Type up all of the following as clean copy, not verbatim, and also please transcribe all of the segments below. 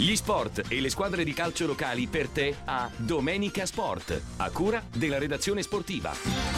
Gli sport e le squadre di calcio locali per te a Domenica Sport, a cura della redazione sportiva.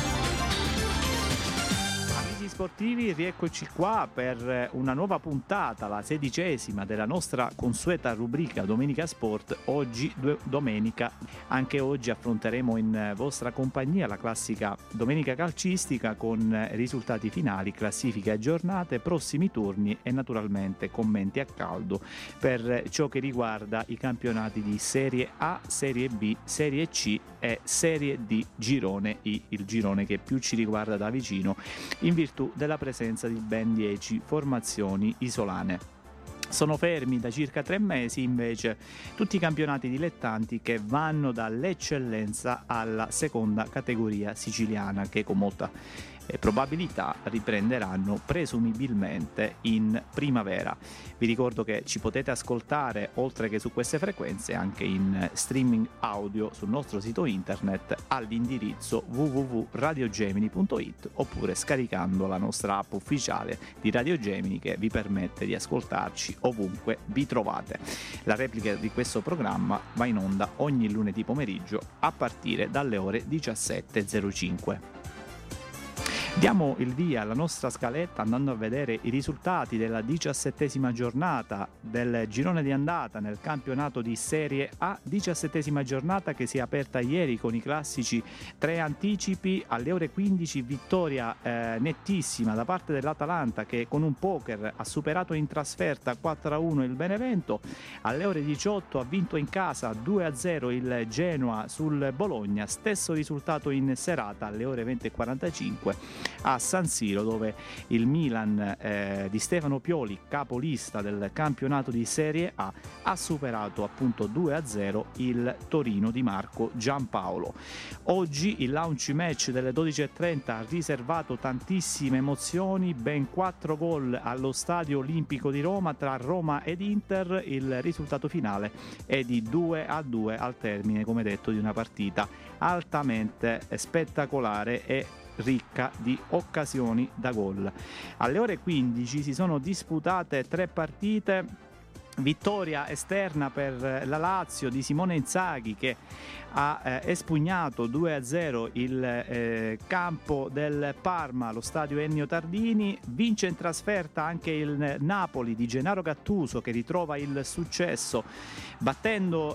Sportivi, rieccoci qua per una nuova puntata, la 16ª della nostra consueta rubrica Domenica Sport. Oggi domenica, anche oggi affronteremo in vostra compagnia la classica domenica calcistica con risultati finali, classifiche aggiornate, prossimi turni e naturalmente commenti a caldo per ciò che riguarda i campionati di Serie A, Serie B, Serie C e Serie D, girone I, il girone che più ci riguarda da vicino in virtù della presenza di ben 10 formazioni isolane. Sono fermi da circa 3 mesi invece tutti i campionati dilettanti che vanno dall'eccellenza alla seconda categoria siciliana, che con molta probabilità riprenderanno presumibilmente in primavera. Vi ricordo che ci potete ascoltare oltre che su queste frequenze anche in streaming audio sul nostro sito internet all'indirizzo www.radiogemini.it oppure scaricando la nostra app ufficiale di Radio Gemini che vi permette di ascoltarci ovunque vi trovate. La replica di questo programma va in onda ogni lunedì pomeriggio a partire dalle ore 17.05. Diamo il via alla nostra scaletta andando a vedere i risultati della 17ª giornata del girone di andata nel campionato di Serie A, 17ª giornata che si è aperta ieri con i classici 3 anticipi. Alle ore 15 vittoria nettissima da parte dell'Atalanta che con un poker ha superato in trasferta 4-1 il Benevento. Alle ore 18 ha vinto in casa 2-0 il Genoa sul Bologna, stesso risultato in serata alle ore 20:45 a San Siro, dove il Milan di Stefano Pioli, capolista del campionato di Serie A, ha superato appunto 2-0 il Torino di Marco Giampaolo. Oggi il launch match delle 12:30 ha riservato tantissime emozioni, ben 4 gol allo Stadio Olimpico di Roma tra Roma ed Inter. Il risultato finale è di 2-2 al termine, come detto, di una partita altamente spettacolare e ricca di occasioni da gol. Alle ore 15 si sono disputate 3 partite. Vittoria esterna per la Lazio di Simone Inzaghi che ha espugnato 2-0 il campo del Parma, lo stadio Ennio Tardini. Vince in trasferta anche il Napoli di Gennaro Gattuso che ritrova il successo battendo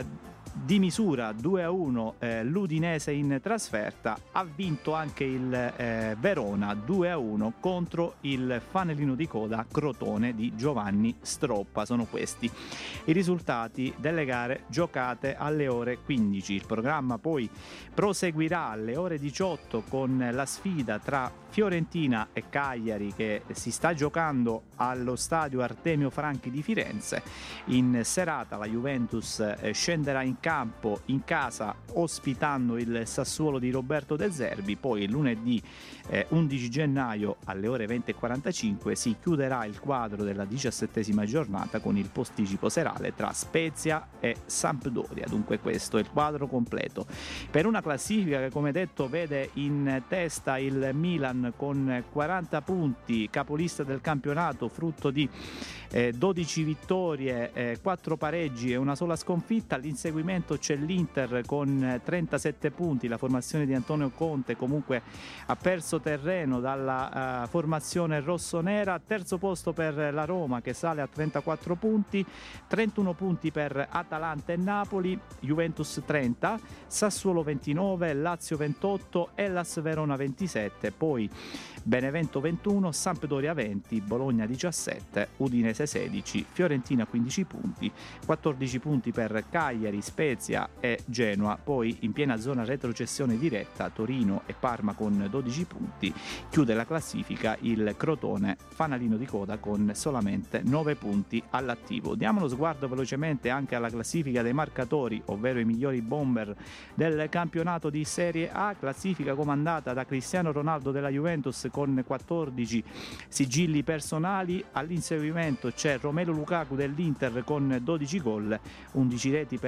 di misura 2-1 l'Udinese in trasferta. Ha vinto anche il Verona 2-1 contro il fanalino di coda Crotone di Giovanni Stroppa. Sono questi i risultati delle gare giocate alle ore 15. Il programma poi proseguirà alle ore 18 con la sfida tra Fiorentina e Cagliari che si sta giocando allo stadio Artemio Franchi di Firenze. In serata la Juventus scenderà in campo in casa ospitando il Sassuolo di Roberto De Zerbi. Poi lunedì 11 gennaio alle ore 20:45 si chiuderà il quadro della 17ª giornata con il posticipo serale tra Spezia e Sampdoria. Dunque questo è il quadro completo per una classifica che, come detto, vede in testa il Milan con 40 punti, capolista del campionato, frutto di 12 vittorie, 4 pareggi e una sola sconfitta. All'inseguimento c'è l'Inter con 37 punti, la formazione di Antonio Conte comunque ha perso terreno dalla formazione rossonera. Terzo posto per la Roma che sale a 34 punti, 31 punti per Atalanta e Napoli, Juventus 30, Sassuolo 29, Lazio 28, Hellas Verona 27, poi Benevento 21, Sampdoria 20, Bologna 17, Udinese 16, Fiorentina 15 punti, 14 punti per Cagliari, Spezia e Genoa. Poi in piena zona retrocessione diretta Torino e Parma con 12 punti. Chiude la classifica il Crotone, fanalino di coda, con solamente 9 punti all'attivo. Diamo uno sguardo velocemente anche alla classifica dei marcatori, ovvero i migliori bomber del campionato di Serie A, classifica comandata da Cristiano Ronaldo della Juventus con 14 sigilli personali. All'inseguimento c'è Romelu Lukaku dell'Inter con 12 gol, 11 reti per Ciro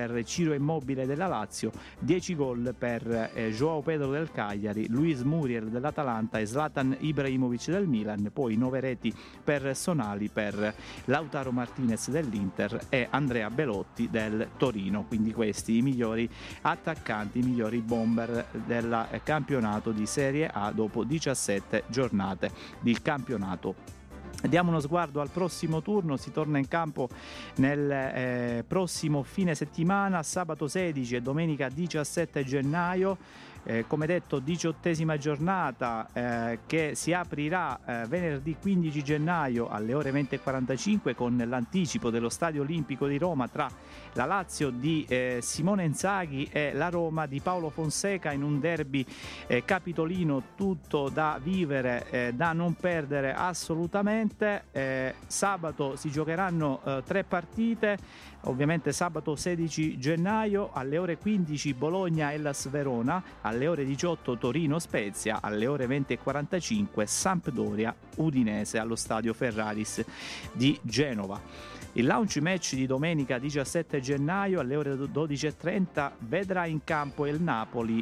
Ciro Immobile della Lazio, 10 gol per Joao Pedro del Cagliari, Luis Muriel dell'Atalanta e Zlatan Ibrahimovic del Milan, poi 9 reti personali per Lautaro Martinez dell'Inter e Andrea Belotti del Torino. Quindi questi i migliori attaccanti, i migliori bomber del campionato di Serie A dopo 17 giornate di campionato. Diamo uno sguardo al prossimo turno, si torna in campo nel prossimo fine settimana, sabato 16 e domenica 17 gennaio. Come detto, 18ª giornata che si aprirà venerdì 15 gennaio alle ore 20:45 con l'anticipo dello Stadio Olimpico di Roma tra la Lazio di Simone Inzaghi e la Roma di Paolo Fonseca in un derby capitolino tutto da vivere, da non perdere assolutamente. Sabato si giocheranno 3 partite, ovviamente sabato 16 gennaio alle ore 15 Bologna Hellas Verona, alle ore 18 Torino Spezia, alle ore 20:45 Sampdoria Udinese allo stadio Ferraris di Genova. Il launch match di domenica 17 gennaio alle ore 12:30 vedrà in campo il Napoli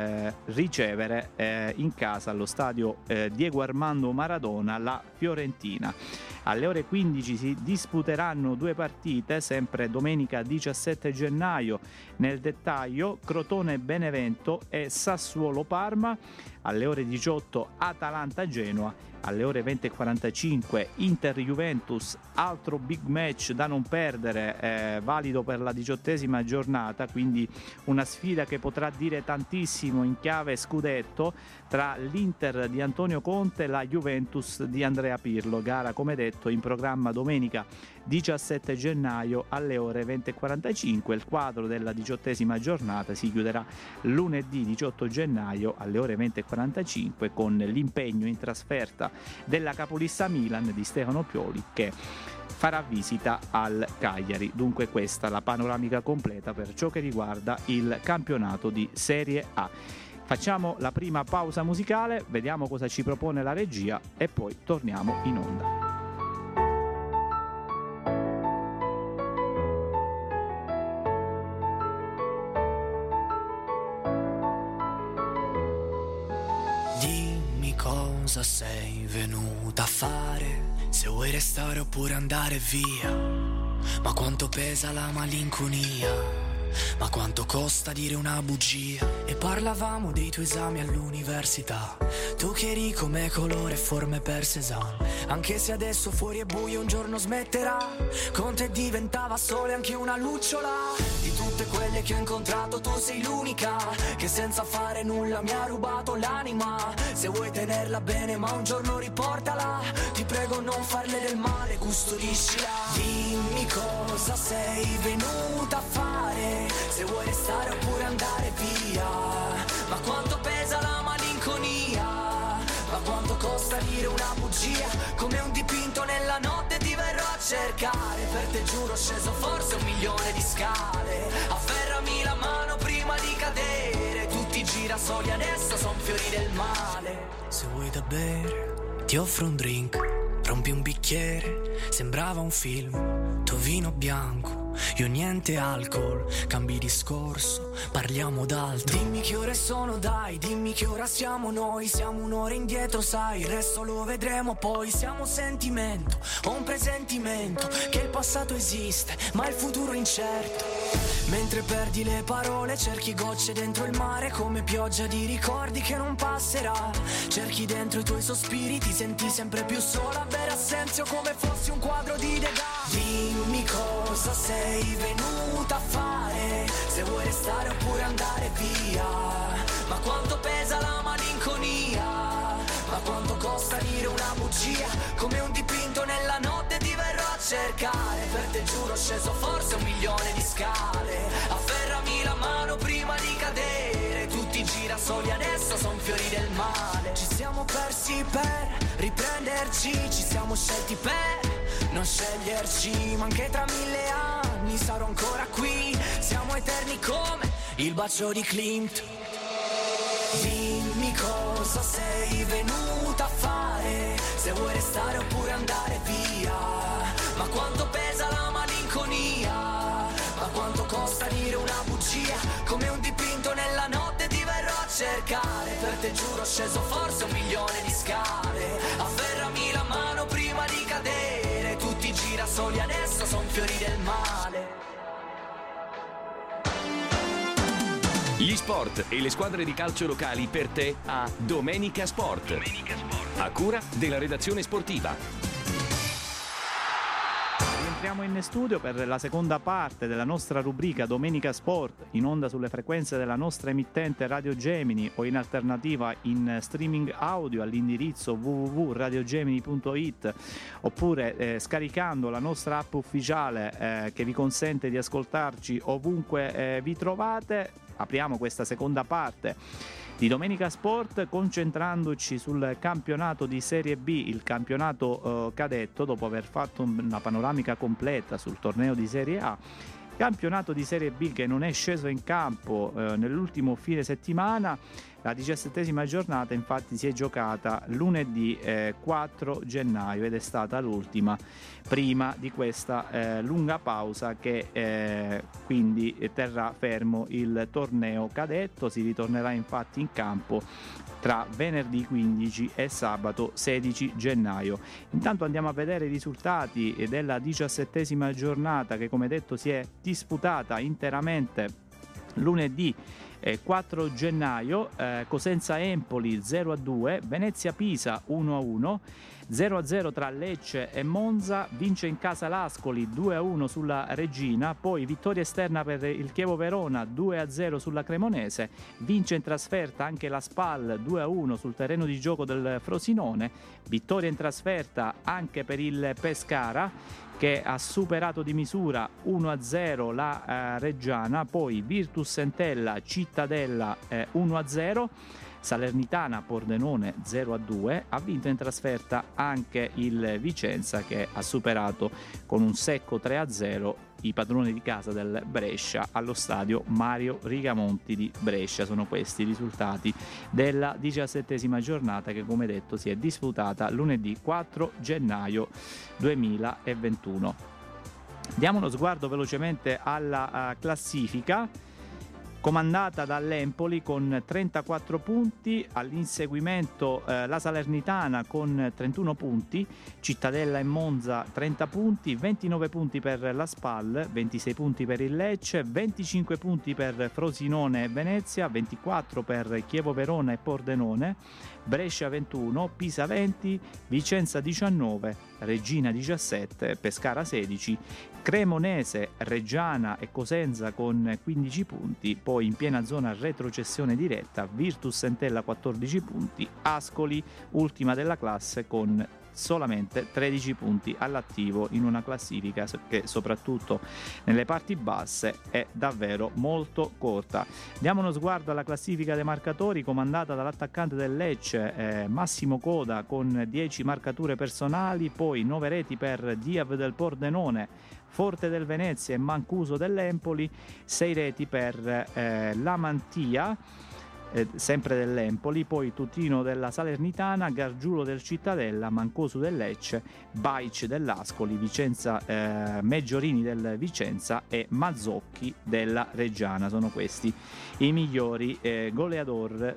ricevere in casa allo stadio Diego Armando Maradona la Fiorentina. Alle ore 15 si disputeranno 2 partite, sempre domenica 17 gennaio, nel dettaglio Crotone Benevento e Sassuolo Parma, alle ore 18 Atalanta Genoa, alle ore 20:45 Inter Juventus, altro big match da non perdere, valido per la 18ª giornata, quindi una sfida che potrà dire tantissimo in chiave scudetto tra l'Inter di Antonio Conte e la Juventus di Andrea Pirlo, gara come detto in programma domenica 17 gennaio alle ore 20:45. Il quadro della 18ª giornata si chiuderà lunedì 18 gennaio alle ore 20:45 con l'impegno in trasferta della capolista Milan di Stefano Pioli che farà visita al Cagliari. Dunque questa la panoramica completa per ciò che riguarda il campionato di Serie A. Facciamo la prima pausa musicale, vediamo cosa ci propone la regia e poi torniamo in onda. Cosa sei venuta a fare? Se vuoi restare oppure andare via. Ma quanto pesa la malinconia? Ma quanto costa dire una bugia? E parlavamo dei tuoi esami all'università, tu che eri come colore e forme per Cézanne. Anche se adesso fuori è buio un giorno smetterà, con te diventava sole anche una lucciola. Di tutte quelle che ho incontrato tu sei l'unica che senza fare nulla mi ha rubato l'anima. Se vuoi tenerla bene ma un giorno riportala, ti prego non farle del male, custodiscila. Dimmi cosa sei venuta a fare, se vuoi restare oppure andare via. Ma quanto pesa la malinconia? Ma quanto costa dire una bugia? Come un dipinto nella notte ti verrò a cercare. Per te giuro ho sceso forse 1 milione di scale. Afferrami la mano prima di cadere. Tutti i girasoli adesso son fiori del male. Se vuoi da bere ti offro un drink, rompi un bicchiere, sembrava un film, tuo vino bianco, io niente alcol, cambi discorso, parliamo d'altro. Dimmi che ore sono dai, dimmi che ora siamo noi. Siamo un'ora indietro sai, il resto lo vedremo poi. Siamo sentimento, ho un presentimento che il passato esiste, ma il futuro incerto. Mentre perdi le parole cerchi gocce dentro il mare, come pioggia di ricordi che non passerà. Cerchi dentro i tuoi sospiri, ti senti sempre più sola, bere assenzio come fossi un quadro di Degas. Dimmi cosa sei venuta a fare, se vuoi restare oppure andare via. Ma quanto pesa la malinconia? Ma quanto costa dire una bugia? Come un dipinto nella notte ti verrò a cercare. Per te giuro ho sceso forse 1 milione di scale. Afferrami la mano prima di cadere. Tutti i girasoli adesso son fiori del male. Ci siamo persi per riprenderci, ci siamo scelti per non sceglierci. Ma anche tra 1000 anni sarò ancora qui. Siamo eterni come il bacio di Klimt. Dimmi cosa sei venuta a fare, se vuoi restare oppure andare via. Ma quanto pesa la malinconia? Ma quanto costa dire una bugia? bugia, come un dipinto nella notte ti verrò a cercare. Per te giuro ho sceso forse 1 milione di scale. Afferrami la mano prima di cadere, tutti i girasoli adesso son fiori del male. Gli sport e le squadre di calcio locali per te a Domenica Sport. A cura della redazione sportiva. Rientriamo in studio per la seconda parte della nostra rubrica Domenica Sport, in onda sulle frequenze della nostra emittente Radio Gemini o in alternativa in streaming audio all'indirizzo www.radiogemini.it, oppure scaricando la nostra app ufficiale che vi consente di ascoltarci ovunque vi trovate. Apriamo questa seconda parte di Domenica Sport concentrandoci sul campionato di Serie B, il campionato cadetto, dopo aver fatto una panoramica completa sul torneo di Serie A. Campionato di Serie B che non è sceso in campo nell'ultimo fine settimana. La 17ª giornata infatti si è giocata lunedì 4 gennaio ed è stata l'ultima prima di questa lunga pausa che quindi terrà fermo il torneo cadetto. Si ritornerà infatti in campo tra venerdì 15 e sabato 16 gennaio. Intanto andiamo a vedere i risultati della 17ª giornata che, come detto, si è disputata interamente lunedì 4 gennaio. Cosenza Empoli 0-2, Venezia Pisa 1-1, 0-0 tra Lecce e Monza, vince in casa l'Ascoli 2-1 sulla Reggina, poi vittoria esterna per il Chievo Verona 2-0 sulla Cremonese, vince in trasferta anche la Spal 2-1 sul terreno di gioco del Frosinone, vittoria in trasferta anche per il Pescara che ha superato di misura 1-0 la Reggiana, poi Virtus Entella Cittadella 1-0, Salernitana Pordenone 0-2, ha vinto in trasferta anche il Vicenza che ha superato con un secco 3-0 i padroni di casa del Brescia allo stadio Mario Rigamonti di Brescia. Sono questi i risultati della 17ª giornata che, come detto, si è disputata lunedì 4 gennaio 2021. Diamo uno sguardo velocemente alla classifica, comandata dall'Empoli con 34 punti, all'inseguimento la Salernitana con 31 punti, Cittadella e Monza 30 punti, 29 punti per la Spal, 26 punti per il Lecce, 25 punti per Frosinone e Venezia, 24 per Chievo Verona e Pordenone, Brescia 21, Pisa 20, Vicenza 19, Reggina 17, Pescara 16, Cremonese, Reggiana e Cosenza con 15 punti, poi in piena zona retrocessione diretta Virtus Entella 14 punti, Ascoli ultima della classe con solamente 13 punti all'attivo in una classifica che soprattutto nelle parti basse è davvero molto corta. Diamo uno sguardo alla classifica dei marcatori comandata dall'attaccante del Lecce Massimo Coda con 10 marcature personali, poi 9 reti per Diav del Pordenone, Forte del Venezia e Mancuso dell'Empoli, 6 reti per la Mantia sempre dell'Empoli, poi Tutino della Salernitana, Gargiulo del Cittadella, Mancosu del Lecce, Baic dell'Ascoli, Vicenza, Meggiorini del Vicenza e Mazzocchi della Reggiana. Sono questi i migliori goleador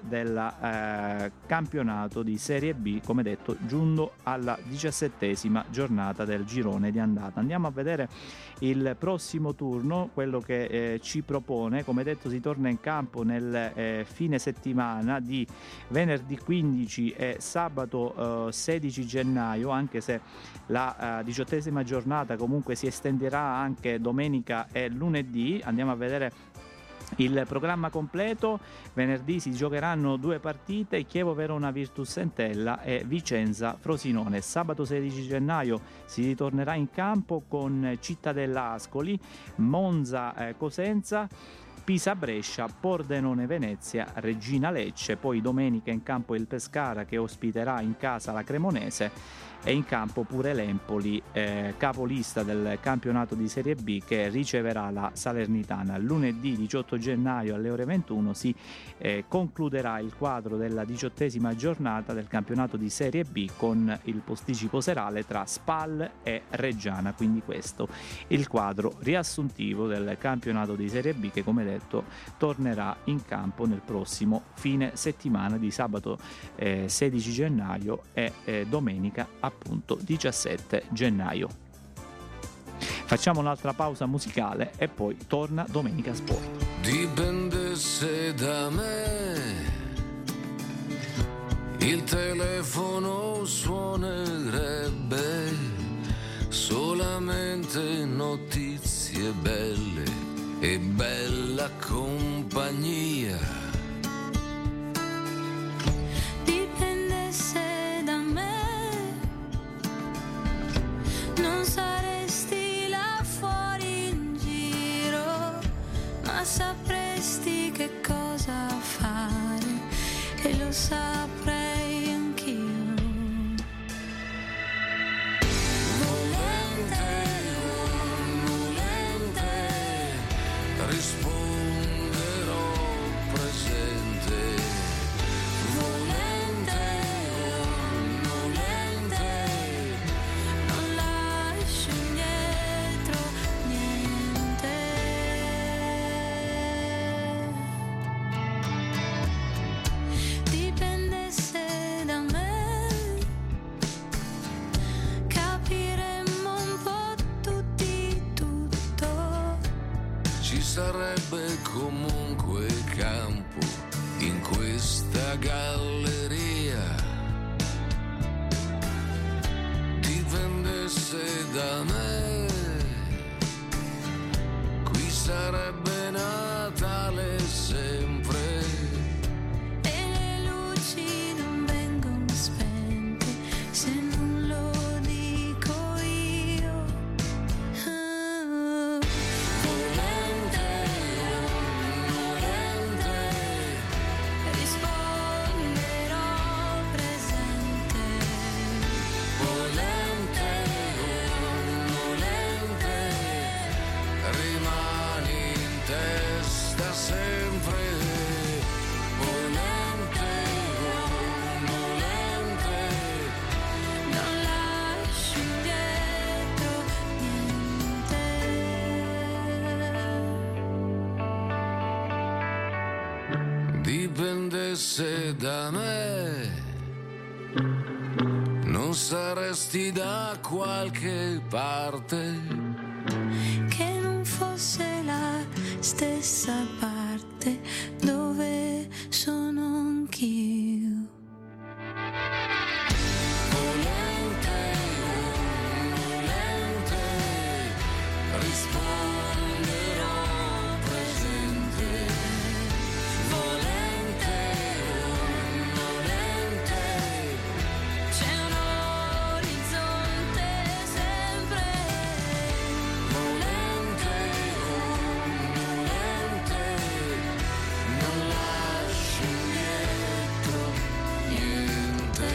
del campionato di Serie B, come detto giunto alla 17ª giornata del girone di andata. Andiamo a vedere il prossimo turno, quello che ci propone. Come detto, si torna in campo nel fine settimana di venerdì 15 e sabato 16 gennaio, anche se la 18ª giornata comunque si estenderà anche domenica e lunedì. Andiamo a vedere il programma completo. Venerdì si giocheranno 2 partite, Chievo Verona Virtus Entella e Vicenza Frosinone. Sabato 16 gennaio si ritornerà in campo con Cittadella Ascoli, Monza Cosenza, Pisa Brescia, Pordenone Venezia, Reggina Lecce, poi domenica in campo il Pescara che ospiterà in casa la Cremonese È in campo pure l'Empoli, capolista del campionato di Serie B, che riceverà la Salernitana. Lunedì 18 gennaio alle ore 21 si concluderà il quadro della 18ª giornata del campionato di Serie B con il posticipo serale tra Spal e Reggiana. Quindi questo il quadro riassuntivo del campionato di Serie B, che come detto tornerà in campo nel prossimo fine settimana di sabato 16 gennaio e domenica appunto 17 gennaio. Facciamo un'altra pausa musicale e poi torna Domenica Sport. Dipendesse da me, il telefono suonerebbe solamente notizie belle e bella compagnia. Dipendesse da me, non saresti là fuori in giro, ma sapresti che cosa fare e lo saprei anch'io. Volente o volente, risponderò presente. Volente o volente, non lascio indietro niente. Dipendesse da me, capiremmo un po' tutti tutto. Ci sarebbe comunque campo in questa galleria. Dipendesse da me, qui sarebbe Natale sempre. E le luci non vengono spente se non lo dico io. Volente o volente, risponderò presente. Volente o volente, rimani in testa sempre. Volente o volente, Non lascio indietro niente. dipendesse da me, non saresti da qualche parte. Che non fosse la stessa parte dove sono anch'io. Volente o volente, risponderò presente. Volente o volente, C'è un orizzonte sempre. volente o volente, non lascio indietro niente.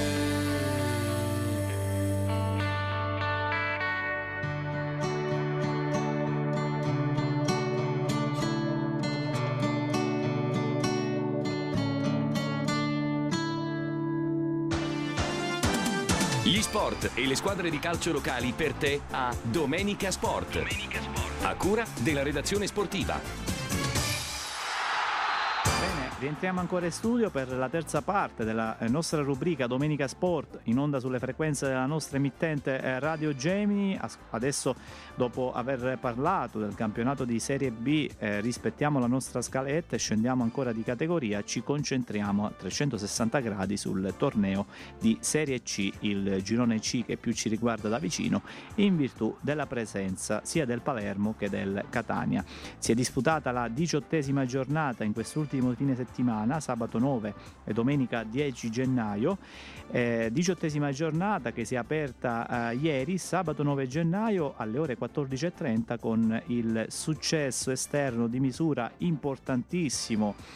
Gli sport e le squadre di calcio locali per te a Domenica Sport. A cura della redazione sportiva. Bene, rientriamo ancora in studio per la terza parte della nostra rubrica Domenica Sport, in onda sulle frequenze della nostra emittente Radio Gemini. Adesso, dopo aver parlato del campionato di Serie B, rispettiamo la nostra scaletta e scendiamo ancora di categoria. Ci concentriamo a 360 gradi sul torneo di Serie C, il girone C che più ci riguarda da vicino, in virtù della presenza sia del Palermo che del Catania. Si è disputata la 18ª giornata in quest'ultimo fine settimana, sabato 9 e domenica 10 gennaio. 18ª giornata che si è aperta ieri, sabato 9 gennaio alle ore 14:30, con il successo esterno di misura importantissimo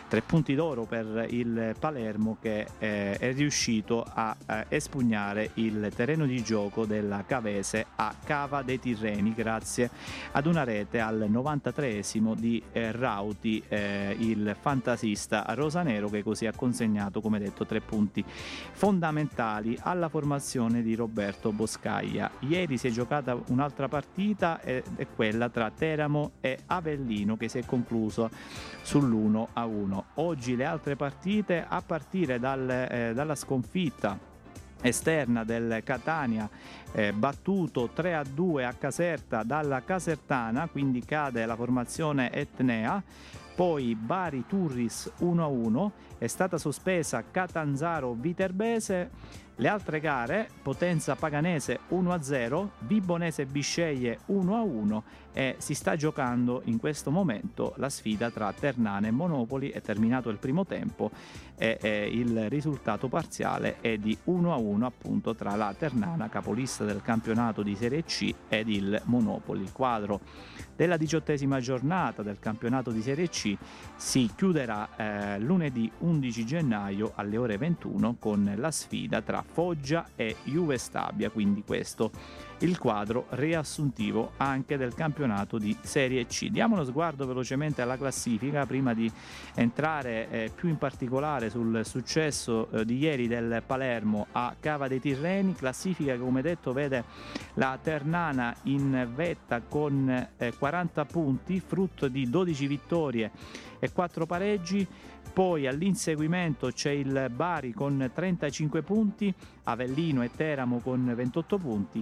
3 punti d'oro per il Palermo che è riuscito a espugnare il terreno di gioco della Cavese a Cava dei Tirreni grazie ad una rete al 93esimo di Rauti, il fantasista rosanero, che così ha consegnato, come detto, 3 punti fondamentali alla formazione di Roberto Boscaglia. Ieri si è giocata un'altra partita, è quella tra Teramo e Avellino, che si è concluso sull'1-1. Oggi le altre partite, a partire dalla sconfitta esterna del Catania, battuto 3-2 a Caserta dalla Casertana, quindi cade la formazione etnea. Poi Bari Turris 1-1, è stata sospesa Catanzaro Viterbese. Le altre gare: Potenza Paganese 1-0, Vibonese Bisceglie 1-1, e si sta giocando in questo momento la sfida tra Ternana e Monopoli. È terminato il primo tempo e il risultato parziale è di 1-1 appunto tra la Ternana, capolista del campionato di Serie C, ed il Monopoli. Il quadro della 18ª giornata del campionato di Serie C si chiuderà lunedì 11 gennaio alle ore 21 con la sfida tra Foggia e Juve Stabia, quindi questo il quadro riassuntivo anche del campionato di Serie C. Diamo uno sguardo velocemente alla classifica prima di entrare più in particolare sul successo di ieri del Palermo a Cava dei Tirreni. Classifica che, come detto, vede la Ternana in vetta con 40 punti, frutto di 12 vittorie e 4 pareggi. Poi all'inseguimento c'è il Bari con 35 punti, Avellino e Teramo con 28 punti,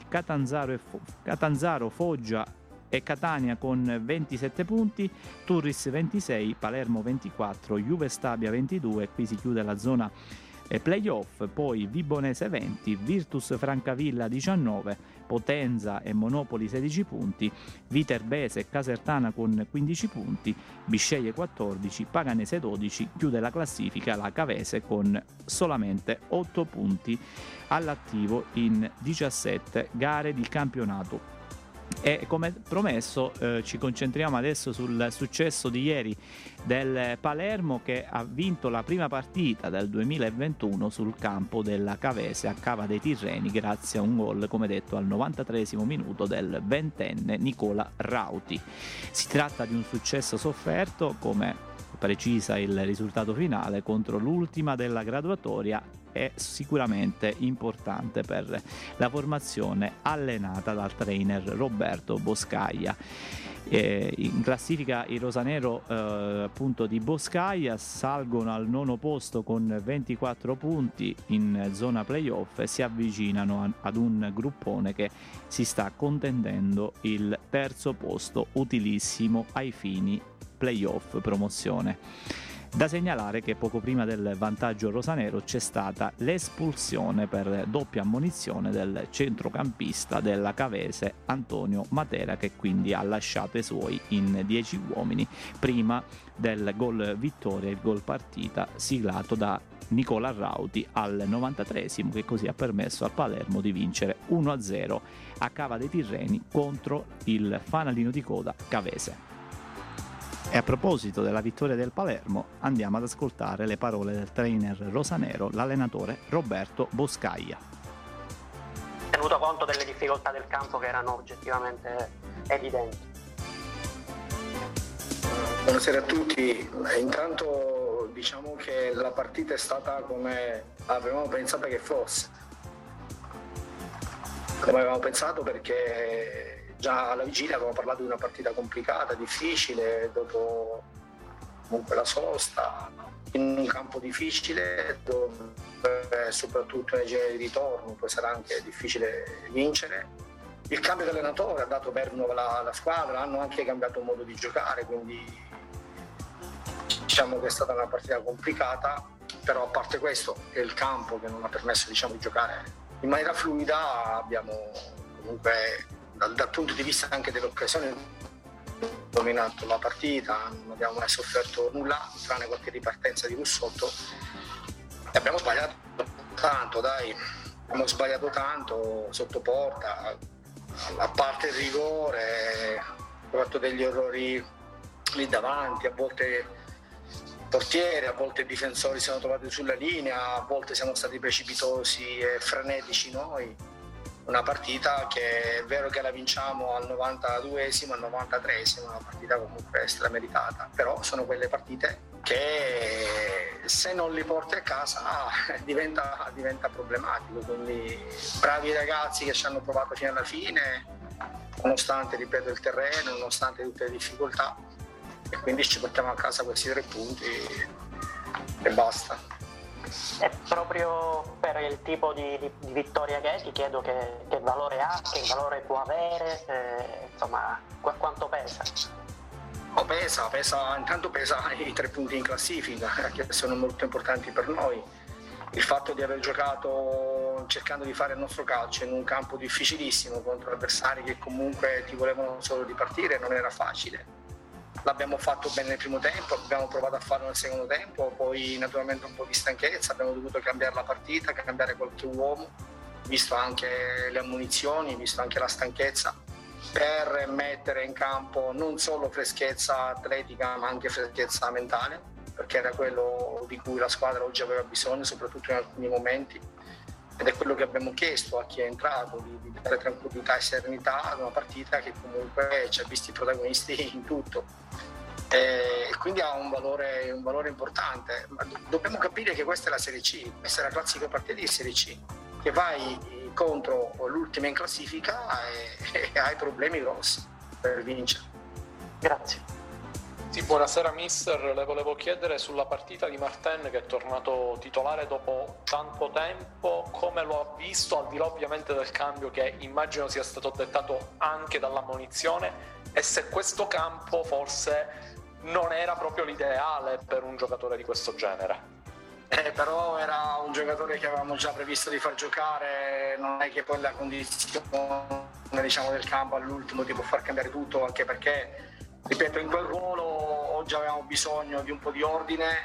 Catanzaro, Foggia e Catania con 27 punti, Turris 26, Palermo 24, Juve Stabia 22, qui si chiude la zona playoff. Poi Vibonese 20, Virtus Francavilla 19, Potenza e Monopoli 16 punti, Viterbese e Casertana con 15 punti, Bisceglie 14, Paganese 12, chiude la classifica la Cavese con solamente 8 punti all'attivo in 17 gare di campionato. E come promesso ci concentriamo adesso sul successo di ieri del Palermo, che ha vinto la prima partita del 2021 sul campo della Cavese a Cava dei Tirreni grazie a un gol, come detto, al 93esimo minuto del 20enne Nicola Rauti. Si tratta di un successo sofferto, come precisa il risultato finale, contro l'ultima della graduatoria. È sicuramente importante per la formazione allenata dal trainer Roberto Boscaglia. In classifica i rosanero appunto di Boscaglia salgono al 9° posto con 24 punti in zona playoff e si avvicinano ad un gruppone che si sta contendendo il 3° posto, utilissimo ai fini playoff promozione. Da segnalare che poco prima del vantaggio rosanero c'è stata l'espulsione per doppia ammonizione del centrocampista della Cavese Antonio Matera, che quindi ha lasciato i suoi in 10 uomini prima del gol vittoria, il gol partita siglato da Nicola Rauti al 93esimo, che così ha permesso al Palermo di vincere 1-0 a Cava dei Tirreni contro il fanalino di coda Cavese. E a proposito della vittoria del Palermo, andiamo ad ascoltare le parole del trainer rosanero, l'allenatore Roberto Boscaglia. Tenuto conto delle difficoltà del campo che erano oggettivamente evidenti. Buonasera a tutti. Intanto diciamo che la partita è stata come avevamo pensato che fosse. Come avevamo pensato, perché già alla vigilia avevamo parlato di una partita complicata, difficile, dopo comunque la sosta, in un campo difficile, dove soprattutto nei gironi di ritorno poi sarà anche difficile vincere. Il cambio di allenatore ha dato perno alla squadra, hanno anche cambiato modo di giocare, quindi diciamo che è stata una partita complicata, però a parte questo, che il campo che non ha permesso, diciamo, di giocare in maniera fluida, abbiamo comunque dal punto di vista anche delle occasioni dominato la partita, non abbiamo mai sofferto nulla tranne qualche ripartenza di Russotto e abbiamo sbagliato tanto, abbiamo sbagliato tanto sotto porta, a parte il rigore, abbiamo fatto degli errori lì davanti, a volte portiere, a volte i difensori si sono trovati sulla linea, a volte siamo stati precipitosi e frenetici noi. Una partita che è vero che la vinciamo al 92esimo, al 93esimo, una partita comunque strameritata, però sono quelle partite che se non li porti a casa diventa problematico, quindi bravi ragazzi che ci hanno provato fino alla fine, nonostante, ripeto, il terreno, nonostante tutte le difficoltà, e quindi ci portiamo a casa questi 3 punti e basta. E proprio per il tipo di vittoria che è, ti chiedo che valore ha, che valore può avere, insomma, quanto pesa? Intanto pesa i 3 punti in classifica, che sono molto importanti per noi. Il fatto di aver giocato cercando di fare il nostro calcio in un campo difficilissimo contro avversari che comunque ti volevano solo ripartire non era facile. L'abbiamo fatto bene nel primo tempo, abbiamo provato a farlo nel secondo tempo, poi naturalmente un po' di stanchezza, abbiamo dovuto cambiare la partita, cambiare qualche uomo, visto anche le ammunizioni, visto anche la stanchezza, per mettere in campo non solo freschezza atletica ma anche freschezza mentale, perché era quello di cui la squadra oggi aveva bisogno, soprattutto in alcuni momenti, ed è quello che abbiamo chiesto a chi è entrato, di dare tranquillità e serenità ad una partita che comunque ci ha visti protagonisti in tutto. E quindi ha un valore importante. Ma dobbiamo capire che questa è la Serie C, questa è la classica partita di Serie C, che vai contro l'ultima in classifica e hai problemi grossi per vincere. Grazie. Sì, buonasera mister, le volevo chiedere sulla partita di Martin che è tornato titolare dopo tanto tempo, come lo ha visto, al di là ovviamente del cambio che immagino sia stato dettato anche dall'ammonizione, e se questo campo forse non era proprio l'ideale per un giocatore di questo genere. Però era un giocatore che avevamo già previsto di far giocare, non è che poi la condizione, diciamo, del campo all'ultimo ti può far cambiare tutto, anche perché, ripeto, in quel ruolo oggi avevamo bisogno di un po' di ordine,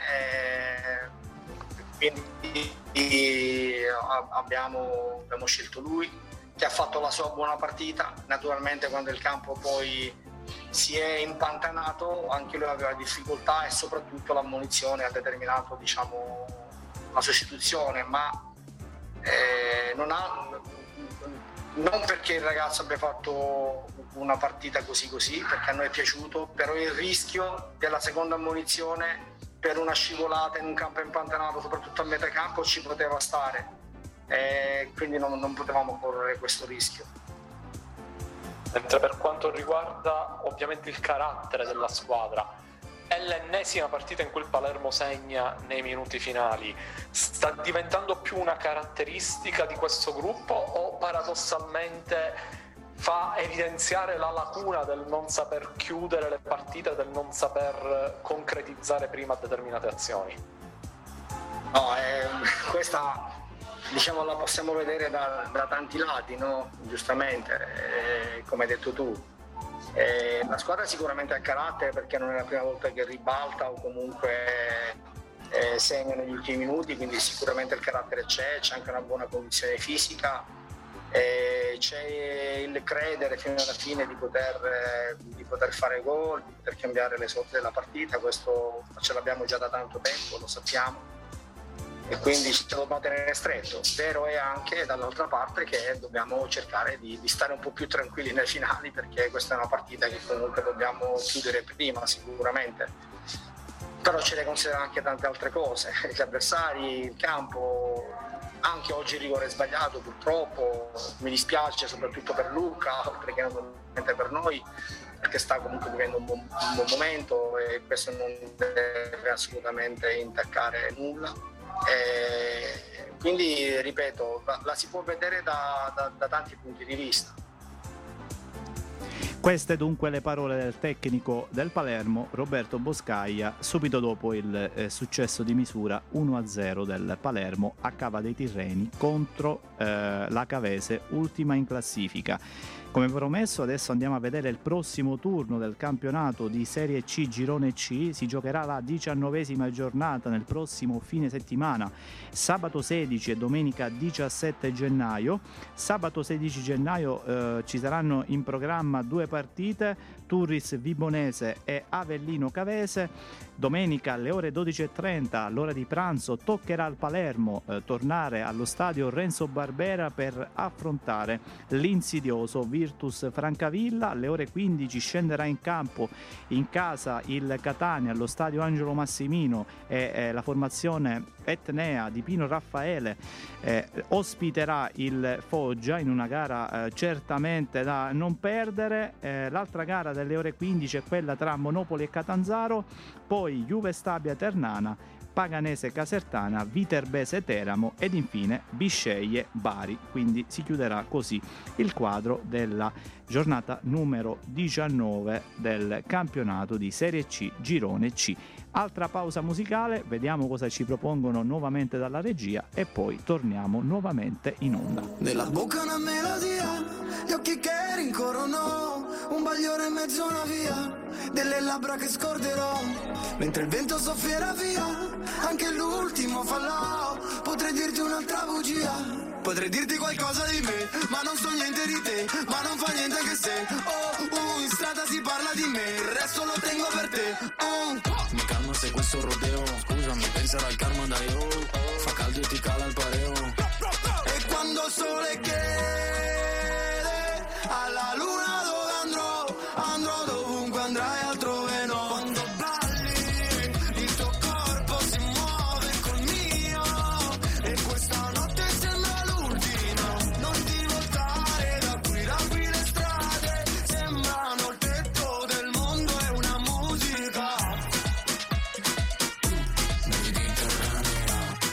quindi abbiamo scelto lui, che ha fatto la sua buona partita. Naturalmente quando il campo poi si è impantanato anche lui aveva difficoltà, e soprattutto l'ammonizione ha determinato, diciamo, la sostituzione, ma non perché il ragazzo abbia fatto una partita così, perché a noi è piaciuto, però il rischio della seconda ammonizione per una scivolata in un campo impantanato, soprattutto a metà campo, ci poteva stare, quindi non potevamo correre questo rischio. Mentre per quanto riguarda ovviamente il carattere della squadra, è l'ennesima partita in cui il Palermo segna nei minuti finali. Sta diventando più una caratteristica di questo gruppo o paradossalmente fa evidenziare la lacuna del non saper chiudere le partite, del non saper concretizzare prima determinate azioni? No, questa, diciamo, la possiamo vedere da tanti lati, no? Giustamente, come hai detto tu. La squadra sicuramente ha carattere, perché non è la prima volta che ribalta o comunque segna negli ultimi minuti, quindi sicuramente il carattere c'è anche una buona condizione fisica, c'è il credere fino alla fine di poter fare gol, di poter cambiare le sorti della partita. Questo ce l'abbiamo già da tanto tempo, lo sappiamo, e quindi ci dobbiamo tenere stretto. Vero è anche dall'altra parte che dobbiamo cercare di stare un po' più tranquilli nei finali, perché questa è una partita che comunque dobbiamo chiudere prima sicuramente, però c'è da considerare anche tante altre cose, gli avversari, il campo, anche oggi il rigore è sbagliato purtroppo, mi dispiace soprattutto per Luca, oltre che naturalmente per noi, perché sta comunque vivendo un buon momento e questo non deve assolutamente intaccare nulla. Quindi ripeto, la si può vedere da tanti punti di vista. Queste dunque le parole del tecnico del Palermo, Roberto Boscaglia, subito dopo il successo di misura 1-0 del Palermo a Cava dei Tirreni contro la Cavese, ultima in classifica. Come promesso, adesso andiamo a vedere il prossimo turno del campionato di Serie C Girone C. Si giocherà la 19ª giornata nel prossimo fine settimana, sabato 16 e domenica 17 gennaio. Sabato 16 gennaio ci saranno in programma 2 partite, Turris Vibonese e Avellino Cavese. Domenica alle ore 12.30, all'ora di pranzo, toccherà al Palermo tornare allo stadio Renzo Barbera per affrontare l'insidioso Virtus Francavilla. Alle ore 15 scenderà in campo in casa il Catania allo stadio Angelo Massimino e la formazione etnea di Pino Raffaele ospiterà il Foggia in una gara certamente da non perdere. L'altra gara delle ore 15 è quella tra Monopoli e Catanzaro, poi Juve Stabia Ternana, Paganese Casertana, Viterbese Teramo ed infine Bisceglie Bari. Quindi si chiuderà così il quadro della giornata numero 19 del campionato di Serie C Girone C. Altra pausa musicale, vediamo cosa ci propongono nuovamente dalla regia e poi torniamo nuovamente in onda. Nella bocca una melodia, gli occhi che rincorrono, un bagliore in mezzo a una via, delle labbra che scorderò, mentre il vento soffierà via, anche l'ultimo falò, potrei dirti un'altra bugia. Potrei dirti qualcosa di me, ma non so niente di te, ma non fa niente che se in strada si parla di me, il resto lo tengo per te. Mi calmo se questo rodeo, scusami, penserò al karma da io, fa caldo e ti cala il pareo. E quando il sole chiede alla luna dove andrò, andrò dovunque andrai altrove no. Quando balli il tuo corpo si muove col mio e questa notte sembra l'ultima, non ti voltare da qui le strade sembrano il tetto del mondo e una musica mediterranea.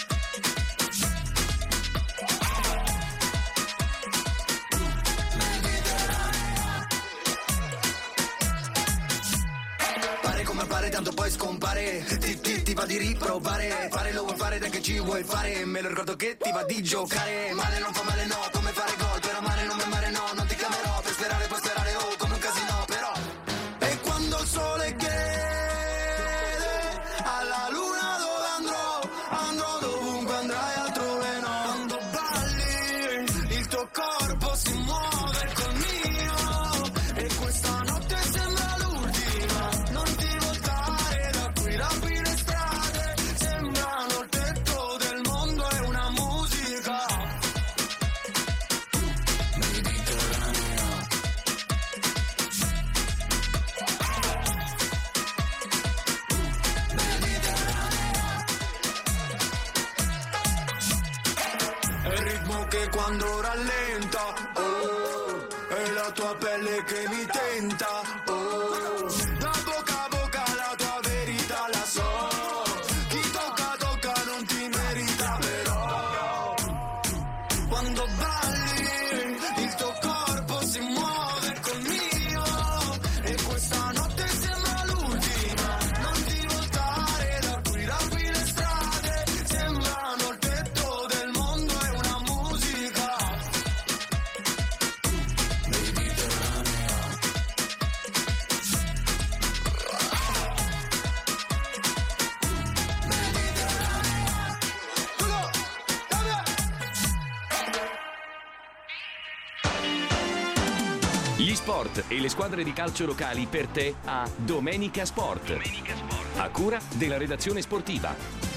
Pare come pare tanto poi scompare, ti va di riprovare, fare lo vuoi fare dai che ci vuoi fare, me lo ricordo che ti va di giocare, male non fa male no, come fare gol, per amare non mi amare no, non ti chiamerò, per sperare puoi sperare oh, come un casino però. E quando il sole chiede alla luna dove andrò, andrò dovunque andrai altrove no. Quando balli il tuo corpo si muove col mio e questa notte sembra l'ultima, non ti voltare da qui le strade sembrano il tetto del mondo e una musica mediterranea. È il ritmo che quando rallenta, oh, è la tua pelle che mi tenta, oh, da bocca a bocca la tua verità la so, chi tocca tocca non ti merita però, quando balli il tuo corpo si muove col mio e questa notte sembra l'ultima, non ti voltare da qui le strade sembrano il tetto del mondo e una musica mediterranea. Gli sport e le squadre di calcio locali per te a Domenica Sport. A cura della redazione sportiva.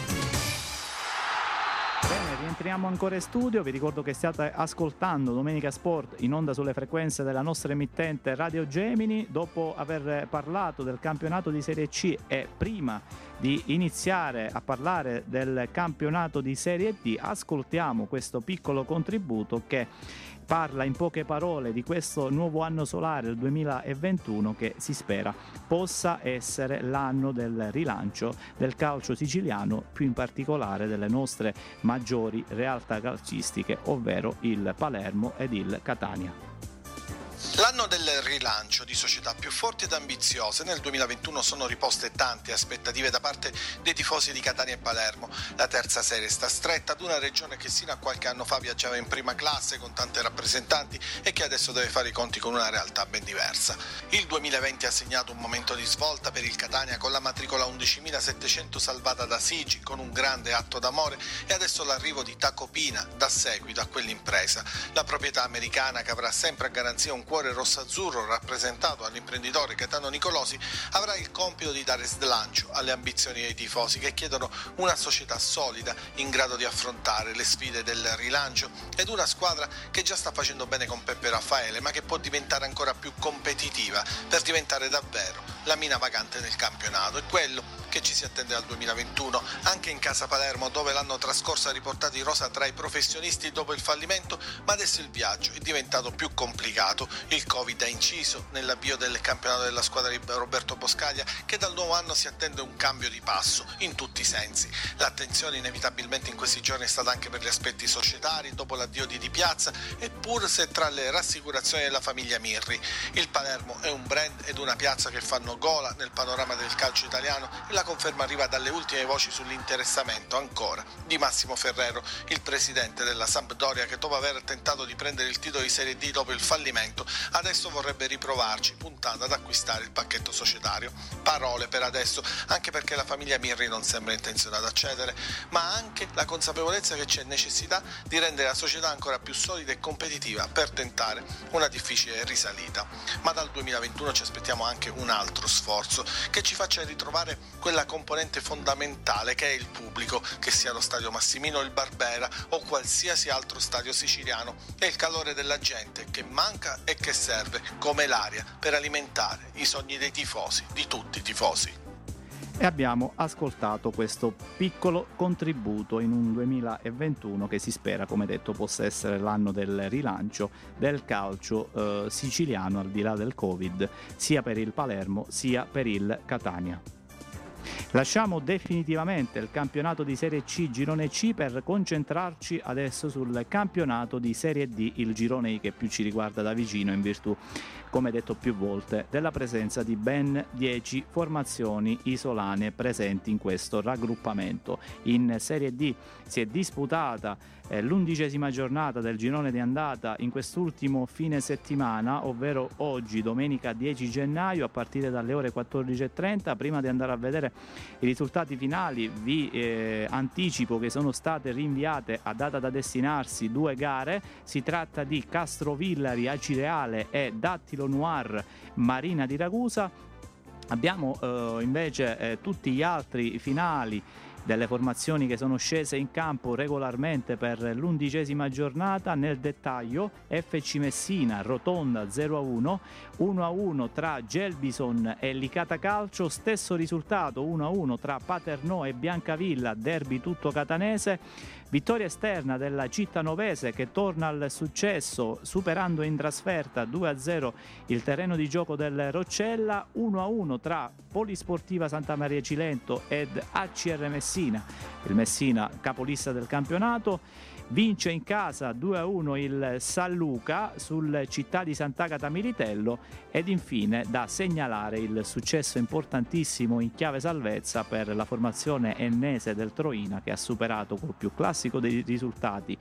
Bene, rientriamo ancora in studio, vi ricordo che state ascoltando Domenica Sport in onda sulle frequenze della nostra emittente Radio Gemini. Dopo aver parlato del campionato di Serie C e prima di iniziare a parlare del campionato di Serie D, ascoltiamo questo piccolo contributo che parla in poche parole di questo nuovo anno solare, il 2021, che si spera possa essere l'anno del rilancio del calcio siciliano, più in particolare delle nostre maggiori realtà calcistiche, ovvero il Palermo ed il Catania. L'anno del rilancio di società più forti ed ambiziose. Nel 2021 sono riposte tante aspettative da parte dei tifosi di Catania e Palermo. La terza serie sta stretta ad una regione che sino a qualche anno fa viaggiava in prima classe con tante rappresentanti e che adesso deve fare i conti con una realtà ben diversa. Il 2020 ha segnato un momento di svolta per il Catania con la matricola 11.700 salvata da Sigi, con un grande atto d'amore, e adesso l'arrivo di Tacopina dà seguito a quell'impresa. La proprietà americana, che avrà sempre a garanzia un cuore rossazzo nerazzurro, rappresentato dall'imprenditore Gaetano Nicolosi, avrà il compito di dare slancio alle ambizioni dei tifosi che chiedono una società solida in grado di affrontare le sfide del rilancio ed una squadra che già sta facendo bene con Peppe Raffaele, ma che può diventare ancora più competitiva per diventare davvero la mina vagante del campionato. È quello che ci si attende dal 2021 anche in casa Palermo, dove l'anno trascorso ha riportato in rosa tra i professionisti dopo il fallimento, ma adesso il viaggio è diventato più complicato. Il Covid ha inciso nell'avvio del campionato della squadra di Roberto Boscaglia, che dal nuovo anno si attende un cambio di passo in tutti i sensi. L'attenzione inevitabilmente in questi giorni è stata anche per gli aspetti societari dopo l'addio di Di Piazza, eppur se tra le rassicurazioni della famiglia Mirri. Il Palermo è un brand ed una piazza che fanno gola nel panorama del calcio italiano, e la conferma arriva dalle ultime voci sull'interessamento ancora di Massimo Ferrero, il presidente della Sampdoria, che dopo aver tentato di prendere il titolo di Serie D dopo il fallimento adesso vorrebbe riprovarci puntando ad acquistare il pacchetto societario. Parole per adesso, anche perché la famiglia Mirri non sembra intenzionata a cedere, ma anche la consapevolezza che c'è necessità di rendere la società ancora più solida e competitiva per tentare una difficile risalita. Ma dal 2021 ci aspettiamo anche un altro sforzo che ci faccia ritrovare quella componente fondamentale che è il pubblico, che sia lo stadio Massimino, il Barbera o qualsiasi altro stadio siciliano, e il calore della gente che manca e che serve come l'aria per alimentare i sogni dei tifosi, di tutti i tifosi. E abbiamo ascoltato questo piccolo contributo in un 2021 che si spera, come detto, possa essere l'anno del rilancio del calcio siciliano, al di là del Covid, sia per il Palermo sia per il Catania. Lasciamo definitivamente il campionato di Serie C, Girone C, per concentrarci adesso sul campionato di Serie D, il girone I che più ci riguarda da vicino, in virtù, come detto più volte, della presenza di ben 10 formazioni isolane presenti in questo raggruppamento. In Serie D si è disputata l'11ª giornata del girone di andata in quest'ultimo fine settimana, ovvero oggi, domenica 10 gennaio, a partire dalle ore 14:30. Prima di andare a vedere i risultati finali, vi anticipo che sono state rinviate a data da destinarsi 2 gare. Si tratta di Castrovillari Acireale e Dattilo Noir Marina di Ragusa. Abbiamo invece tutti gli altri finali delle formazioni che sono scese in campo regolarmente per l'11ª giornata. Nel dettaglio: FC Messina Rotonda 0-1, 1-1 tra Gelbison e Licata Calcio, stesso risultato 1-1 tra Paternò e Biancavilla, derby tutto catanese. Vittoria esterna della Cittanovese, che torna al successo superando in trasferta 2-0 il terreno di gioco del Roccella. 1-1 tra Polisportiva Santa Maria Cilento ed ACR Messina, il Messina capolista del campionato. Vince in casa 2-1 il San Luca sul Città di Sant'Agata Militello, ed infine da segnalare il successo importantissimo in chiave salvezza per la formazione ennese del Troina, che ha superato col più classico dei risultati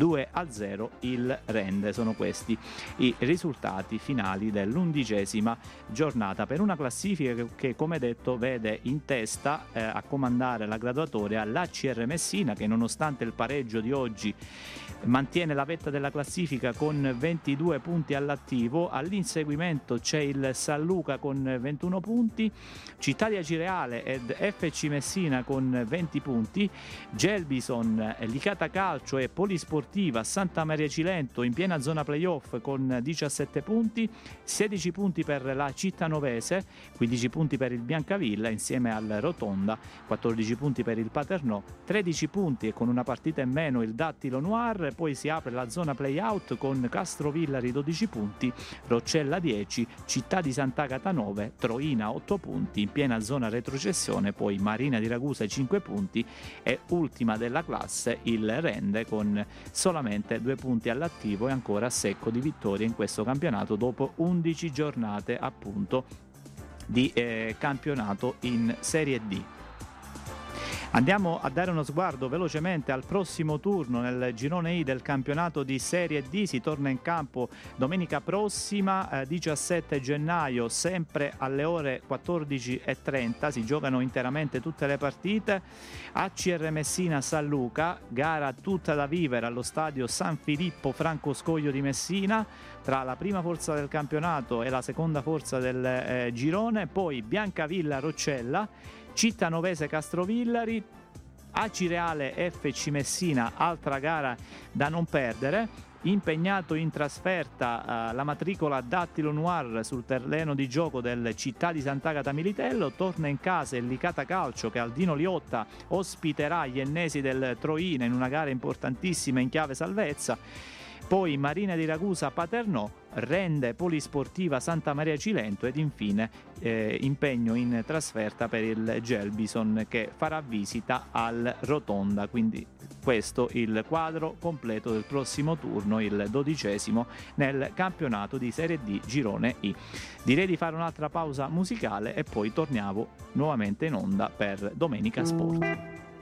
2-0 il Rende. Sono questi i risultati finali dell'11ª giornata, per una classifica che come detto vede in testa a comandare la graduatoria l'ACR Messina, che nonostante il pareggio di oggi mantiene la vetta della classifica con 22 punti all'attivo. All'inseguimento c'è il San Luca con 21 punti, Città di Acireale ed FC Messina con 20 punti, Gelbison, Licata Calcio e Polisportiva Santa Maria Cilento in piena zona playoff con 17 punti, 16 punti per la Cittanovese, 15 punti per il Biancavilla insieme al Rotonda, 14 punti per il Paternò, 13 punti e con una partita in meno il Dattilo Noir. Poi si apre la zona play-out con Castrovillari 12 punti, Roccella 10, Città di Sant'Agata 9, Troina 8 punti, in piena zona retrocessione poi Marina di Ragusa 5 punti e ultima della classe il Rende con solamente 2 punti all'attivo e ancora a secco di vittorie in questo campionato dopo 11 giornate appunto di campionato in Serie D. Andiamo a dare uno sguardo velocemente al prossimo turno nel girone I del campionato di Serie D. Si torna in campo domenica prossima, 17 gennaio, sempre alle ore 14:30. Si giocano interamente tutte le partite. ACR Messina San Luca, gara tutta da vivere allo stadio San Filippo Franco Scoglio di Messina, tra la prima forza del campionato e la seconda forza del girone. Poi Biancavilla Roccella, Cittanovese Castrovillari, Acireale FC Messina, altra gara da non perdere. Impegnato in trasferta la matricola Dattilo Noir sul terreno di gioco del Città di Sant'Agata Militello. Torna in casa il Licata Calcio che al Dino Liotta ospiterà gli ennesi del Troina in una gara importantissima in chiave salvezza. Poi Marina di Ragusa Paternò, Rende Polisportiva Santa Maria Cilento ed infine impegno in trasferta per il Gelbison che farà visita al Rotonda. Quindi questo il quadro completo del prossimo turno, il 12° nel campionato di Serie D Girone I. Direi di fare un'altra pausa musicale e poi torniamo nuovamente in onda per Domenica Sport.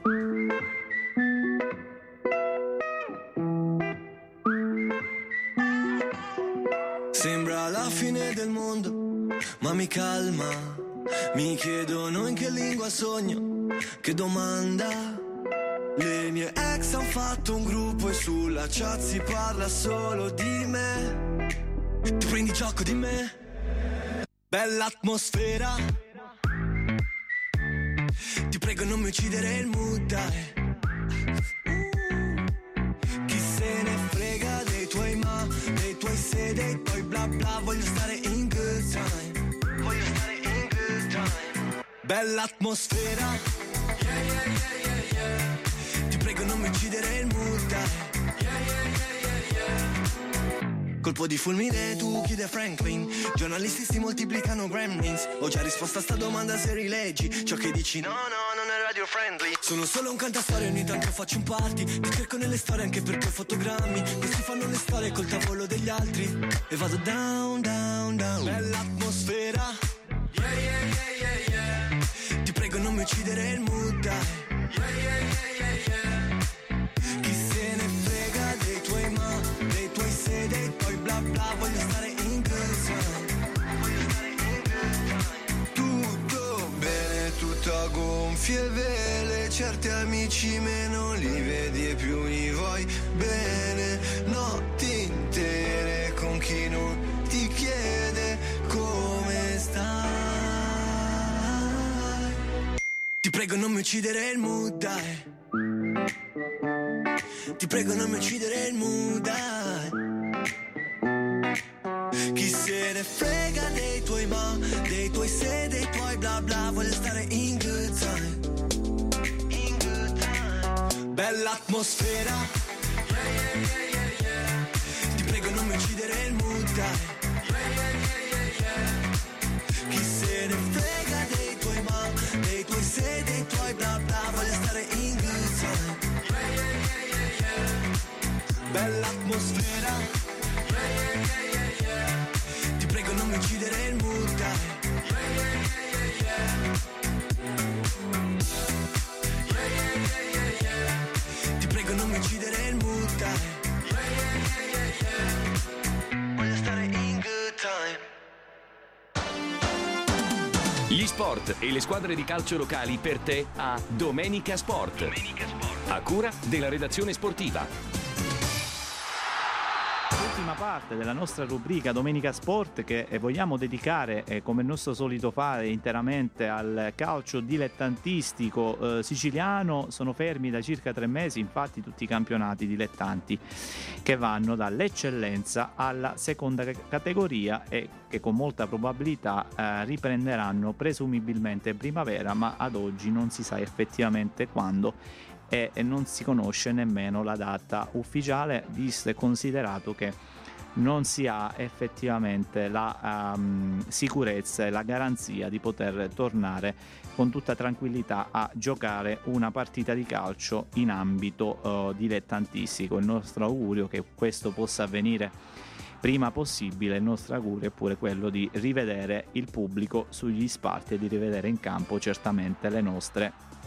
Sembra la fine del mondo, ma mi calma. Mi chiedono in che lingua sogno, che domanda. Le mie ex han fatto un gruppo e sulla chat si parla solo di me. Ti prendi gioco di me? Bella atmosfera. Ti prego non mi uccidere il mood, dai. Chi se ne frega dei tuoi ma, dei tuoi se, dei tuoi bla bla. Voglio stare in good time. Voglio stare in good time. Bella atmosfera. Yeah, yeah, yeah, yeah, yeah. Ti prego non mi uccidere il mood, dai. Yeah, yeah, yeah, yeah, yeah. Colpo di fulmine tu chiede Franklin. Giornalisti si moltiplicano gremlins. Ho già risposto a sta domanda se rileggi ciò che dici. No, no, non è radio friendly. Sono solo un cantastorie, ogni tanto faccio un party. Ti cerco nelle storie anche perché ho fotogrammi. Questi fanno le storie col tavolo degli altri. E vado down, down, down. Bella atmosfera. Yeah, yeah, yeah, yeah, yeah. Ti prego non mi uccidere il mood, dai. Yeah, yeah, yeah, yeah, yeah. Chi se ne frega dei tuoi ma, dei tuoi se, dei tuoi bla bla. Voglio stare in good time. Voglio stare in good time. Tutto bene, tutto a gonfie vele. Certi amici meno li vedi e più li vuoi bene. Notti intere con chi non ti chiede come stai. Ti prego non mi uccidere il mood, dai. Ti prego non mi uccidere il mood, dai. Chi se ne frega dei tuoi ma, dei tuoi se, dei tuoi bla bla. Voglio stare in good time. In good time. Bella atmosfera. Yeah, yeah, yeah, yeah, yeah. Ti prego non mi uccidere il mood, dai. Yeah, yeah, yeah, yeah, yeah. Chi se ne frega dei tuoi ma, dei tuoi se, dei tuoi bla bla. Voglio stare in good time. Yeah, yeah, yeah, yeah, yeah. Bella atmosfera. Yeah, yeah, yeah, yeah, yeah. Ti prego non mi uccidere il mood, dai. Yeah, yeah, yeah, yeah, yeah. Yeah, yeah, yeah, yeah, yeah. Ti prego non mi uccidere il mood, dai. Yeah, yeah, yeah, yeah, yeah. Voglio stare in good time. Gli sport e le squadre di calcio locali per te a Domenica Sport. A cura della redazione sportiva. Ultima parte della nostra rubrica Domenica Sport che vogliamo dedicare come il nostro solito fare interamente al calcio dilettantistico siciliano. Sono fermi da circa 3 mesi infatti tutti i campionati dilettanti che vanno dall'eccellenza alla seconda categoria e che con molta probabilità riprenderanno presumibilmente in primavera, ma ad oggi non si sa effettivamente quando e non si conosce nemmeno la data ufficiale, visto e considerato che non si ha effettivamente la sicurezza e la garanzia di poter tornare con tutta tranquillità a giocare una partita di calcio in ambito dilettantistico. Il nostro augurio è che questo possa avvenire prima possibile. Il nostro augurio è pure quello di rivedere il pubblico sugli spalti e di rivedere in campo certamente le nostre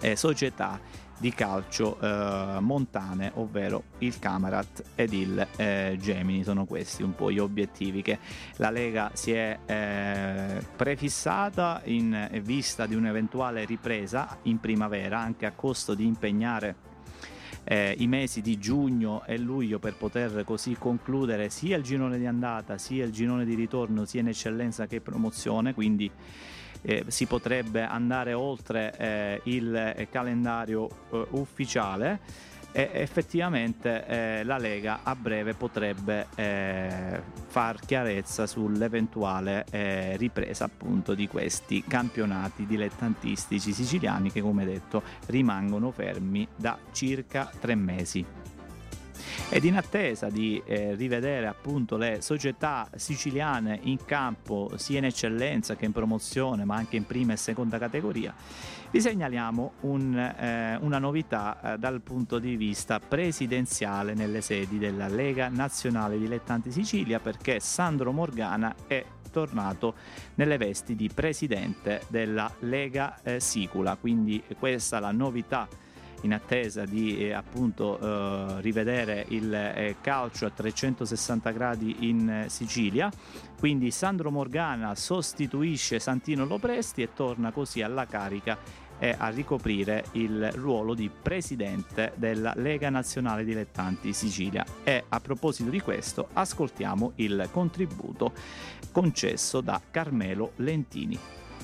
società di calcio montane, ovvero il Camarat ed il Gemini. Sono questi un po' gli obiettivi che la Lega si è prefissata in vista di un'eventuale ripresa in primavera, anche a costo di impegnare i mesi di giugno e luglio per poter così concludere sia il girone di andata sia il girone di ritorno, sia in eccellenza che promozione, quindi si potrebbe andare oltre il calendario ufficiale e effettivamente la Lega a breve potrebbe far chiarezza sull'eventuale ripresa appunto di questi campionati dilettantistici siciliani che, come detto, rimangono fermi da circa 3 mesi. Ed in attesa di rivedere appunto le società siciliane in campo sia in eccellenza che in promozione, ma anche in prima e seconda categoria, vi segnaliamo una novità dal punto di vista presidenziale nelle sedi della Lega Nazionale Dilettanti Sicilia, perché Sandro Morgana è tornato nelle vesti di presidente della Lega Sicula, quindi questa è la novità in attesa di appunto rivedere il calcio a 360 gradi in Sicilia. Quindi Sandro Morgana sostituisce Santino Lopresti e torna così alla carica e a ricoprire il ruolo di presidente della Lega Nazionale Dilettanti Sicilia. E a proposito di questo ascoltiamo il contributo concesso da Carmelo Lentini.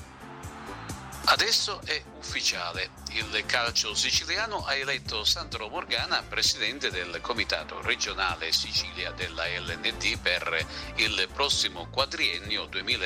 Adesso è ufficiale, il calcio siciliano ha eletto Sandro Morgana presidente del Comitato Regionale Sicilia della LND per il prossimo quadriennio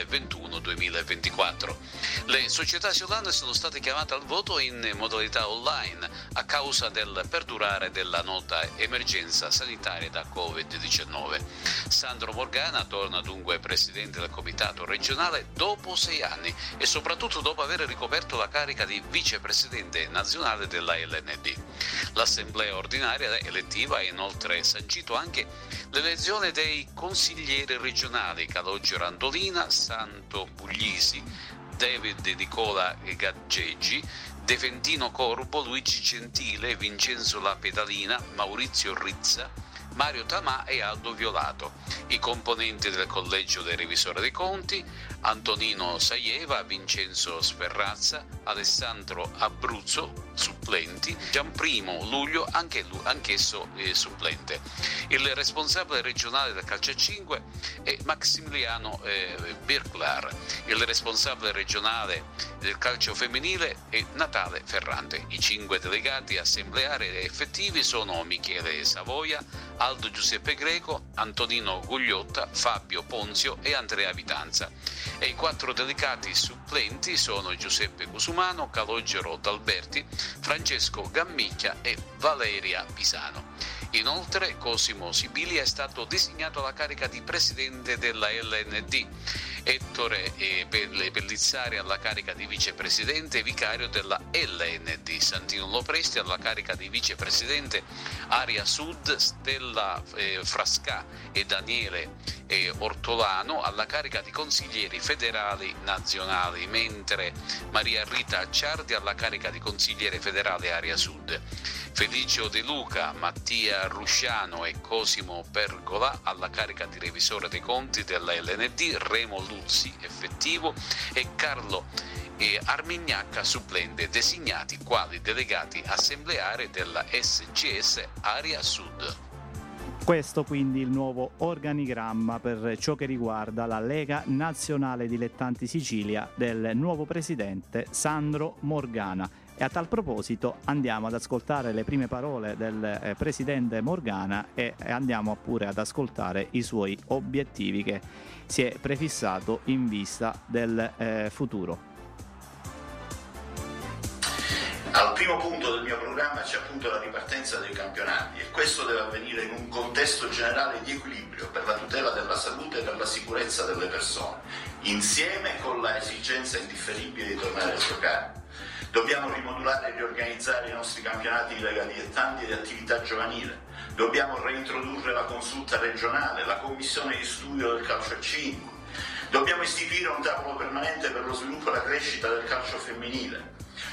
2021-2024. Le società isolane sono state chiamate al voto in modalità online a causa del perdurare della nota emergenza sanitaria da Covid-19. Sandro Morgana torna dunque presidente del Comitato Regionale dopo 6 anni e soprattutto dopo aver ricoperto la carica di vicepresidente nazionale della LND. L'assemblea ordinaria elettiva ha inoltre sancito anche l'elezione dei consiglieri regionali Calogero Randolina, Santo Puglisi, David Nicola Gaggeggi, Defentino Corbo, Luigi Gentile, Vincenzo La Pedalina, Maurizio Rizza, Mario Tamà e Aldo Violato. I componenti del collegio dei revisori dei conti: Antonino Saieva, Vincenzo Sferrazza, Alessandro Abruzzo, supplenti, Gianprimo Luglio, anch'esso supplente. Il responsabile regionale del calcio a 5 è Maximiliano Birklar. Il responsabile regionale del calcio femminile è Natale Ferrante. I 5 delegati assembleari effettivi sono Michele Savoia, Aldo Giuseppe Greco, Antonino Gugliotta, Fabio Ponzio e Andrea Vitanza. E i 4 delegati supplenti sono Giuseppe Cusumano, Calogero D'Alberti, Francesco Gammicchia e Valeria Pisano. Inoltre Cosimo Sibili è stato designato alla carica di presidente della LND, Ettore Pellizzari alla carica di vicepresidente e vicario della LND, Santino Lopresti alla carica di vicepresidente Area Sud, Stella Frascà e Daniele Ortolano alla carica di consiglieri federali nazionali, mentre Maria Rita Acciardi alla carica di consigliere federale Area Sud. Felicio De Luca, Mattia Rusciano e Cosimo Pergola alla carica di revisore dei conti della LND, Remo Luzzi effettivo e Carlo Armignacca supplente, designati quali delegati assembleari della SGS Area Sud. Questo quindi il nuovo organigramma per ciò che riguarda la Lega Nazionale Dilettanti Sicilia del nuovo presidente Sandro Morgana. E a tal proposito andiamo ad ascoltare le prime parole del presidente Morgana e andiamo pure ad ascoltare i suoi obiettivi che si è prefissato in vista del futuro. Al primo punto del mio programma c'è appunto la ripartenza dei campionati e questo deve avvenire in un contesto generale di equilibrio per la tutela della salute e della sicurezza delle persone, insieme con la esigenza indifferibile di tornare a giocare. Dobbiamo rimodulare e riorganizzare i nostri campionati di Lega Dilettanti e di attività giovanile. Dobbiamo reintrodurre la consulta regionale, la commissione di studio del calcio a 5. Dobbiamo istituire un tavolo permanente per lo sviluppo e la crescita del calcio femminile.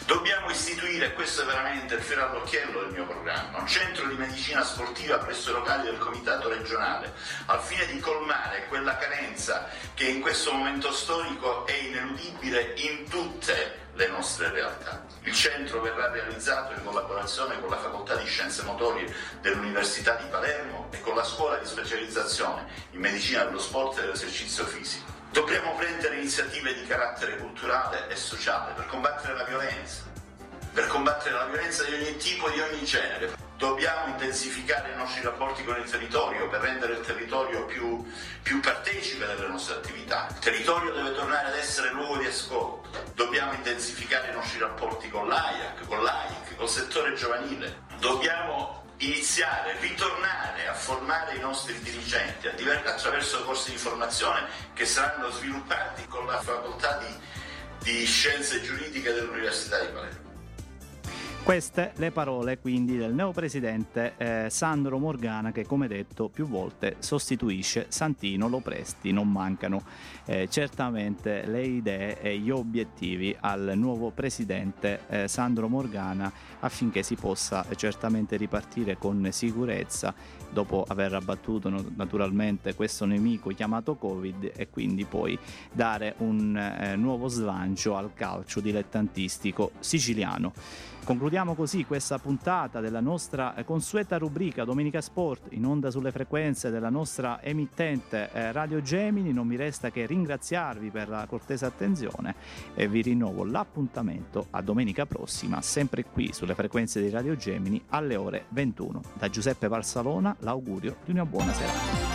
Dobbiamo istituire, questo è veramente il fiore all'occhiello del mio programma, un centro di medicina sportiva presso i locali del comitato regionale, al fine di colmare quella carenza che in questo momento storico è ineludibile in tutte le nostre realtà. Il centro verrà realizzato in collaborazione con la Facoltà di Scienze Motorie dell'Università di Palermo e con la Scuola di Specializzazione in Medicina dello Sport e dell'Esercizio Fisico. Dobbiamo prendere iniziative di carattere culturale e sociale per combattere la violenza di ogni tipo e di ogni genere. Dobbiamo intensificare i nostri rapporti con il territorio per rendere il territorio più partecipe delle nostre attività. Il territorio deve tornare ad essere luogo di ascolto. Dobbiamo intensificare i nostri rapporti con l'AIAC, con l'AIC, col settore giovanile. Dobbiamo ritornare a formare i nostri dirigenti attraverso corsi di formazione che saranno sviluppati con la Facoltà di Scienze Giuridiche dell'Università di Palermo. Queste le parole quindi del neopresidente Sandro Morgana, che come detto più volte sostituisce Santino Lopresti. Non mancano certamente le idee e gli obiettivi al nuovo presidente Sandro Morgana, affinché si possa certamente ripartire con sicurezza dopo aver abbattuto naturalmente questo nemico chiamato Covid, e quindi poi dare un nuovo slancio al calcio dilettantistico siciliano. Concludiamo così questa puntata della nostra consueta rubrica Domenica Sport, in onda sulle frequenze della nostra emittente Radio Gemini. Non mi resta che ringraziarvi per la cortese attenzione e vi rinnovo l'appuntamento a domenica prossima, sempre qui sulle frequenze di Radio Gemini alle ore 21. Da Giuseppe Valsalona l'augurio di una buona serata.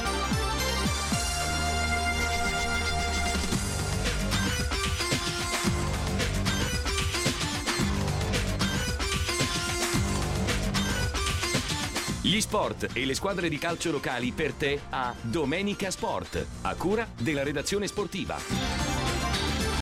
Gli sport e le squadre di calcio locali per te a Domenica Sport, a cura della redazione sportiva.